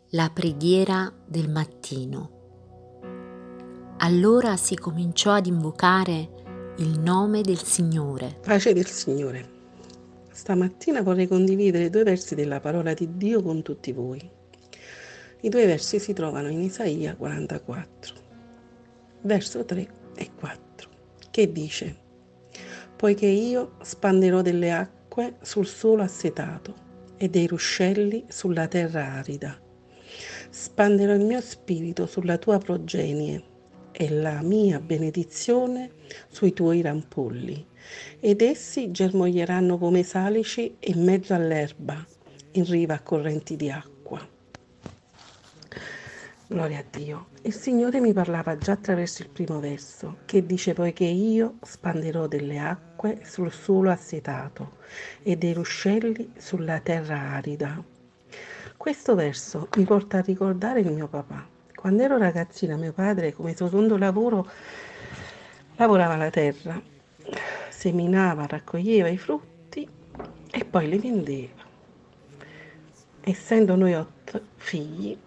La preghiera del mattino. Allora si cominciò ad invocare il nome del Signore. Pace del Signore. Stamattina vorrei condividere 2 versi della parola di Dio con tutti voi. I 2 versi si trovano in Isaia 44, verso 3 e 4, che dice: Poiché io spanderò delle acque sul suolo assetato e dei ruscelli sulla terra arida. Spanderò il mio spirito sulla tua progenie e la mia benedizione sui tuoi rampolli, ed essi germoglieranno come salici in mezzo all'erba, in riva a correnti di acqua. Gloria a Dio. Il Signore mi parlava già attraverso il primo verso, che dice: poiché io spanderò delle acque sul suolo assetato e dei ruscelli sulla terra arida. Questo verso mi porta a ricordare il mio papà. Quando ero ragazzina, mio padre, come secondo lavoro, lavorava la terra, seminava, raccoglieva i frutti e poi li vendeva. Essendo noi 8 figli,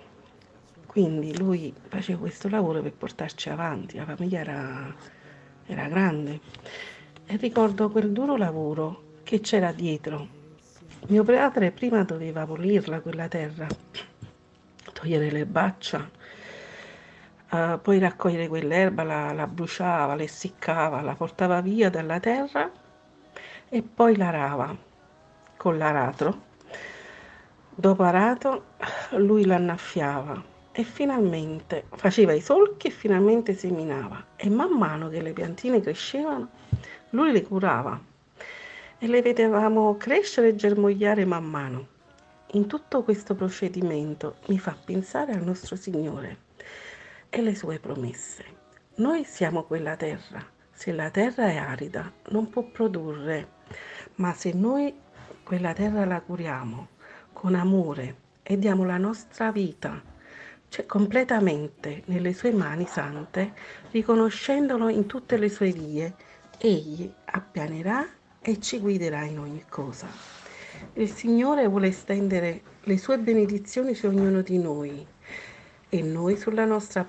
quindi lui faceva questo lavoro per portarci avanti, la famiglia era grande. E ricordo quel duro lavoro che c'era dietro. Mio padre prima doveva pulirla quella terra, togliere l'erbaccia, poi raccogliere quell'erba, la bruciava, la essiccava, la portava via dalla terra e poi l'arava con l'aratro. Dopo arato lui l'annaffiava e finalmente faceva i solchi e finalmente seminava, e man mano che le piantine crescevano lui le curava e le vedevamo crescere e germogliare man mano. In tutto questo procedimento mi fa pensare al nostro Signore e le sue promesse. Noi siamo quella terra. Se la terra è arida non può produrre, ma se noi quella terra la curiamo con amore e diamo la nostra vita, cioè completamente nelle sue mani sante, riconoscendolo in tutte le sue vie, egli appianerà e ci guiderà in ogni cosa. Il Signore vuole stendere le sue benedizioni su ognuno di noi e noi sulla nostra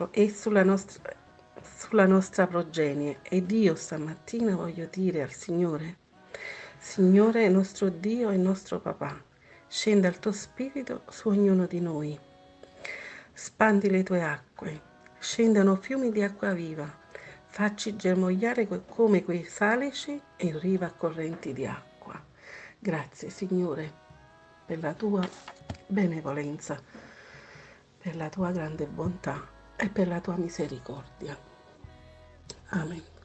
progenie. Ed io stamattina voglio dire al Signore: Signore, nostro Dio e nostro Papà, scenda il tuo spirito su ognuno di noi. Spandi le tue acque, scendano fiumi di acqua viva, facci germogliare come quei salici in riva a correnti di acqua. Grazie, Signore, per la tua benevolenza, per la tua grande bontà e per la tua misericordia. Amen.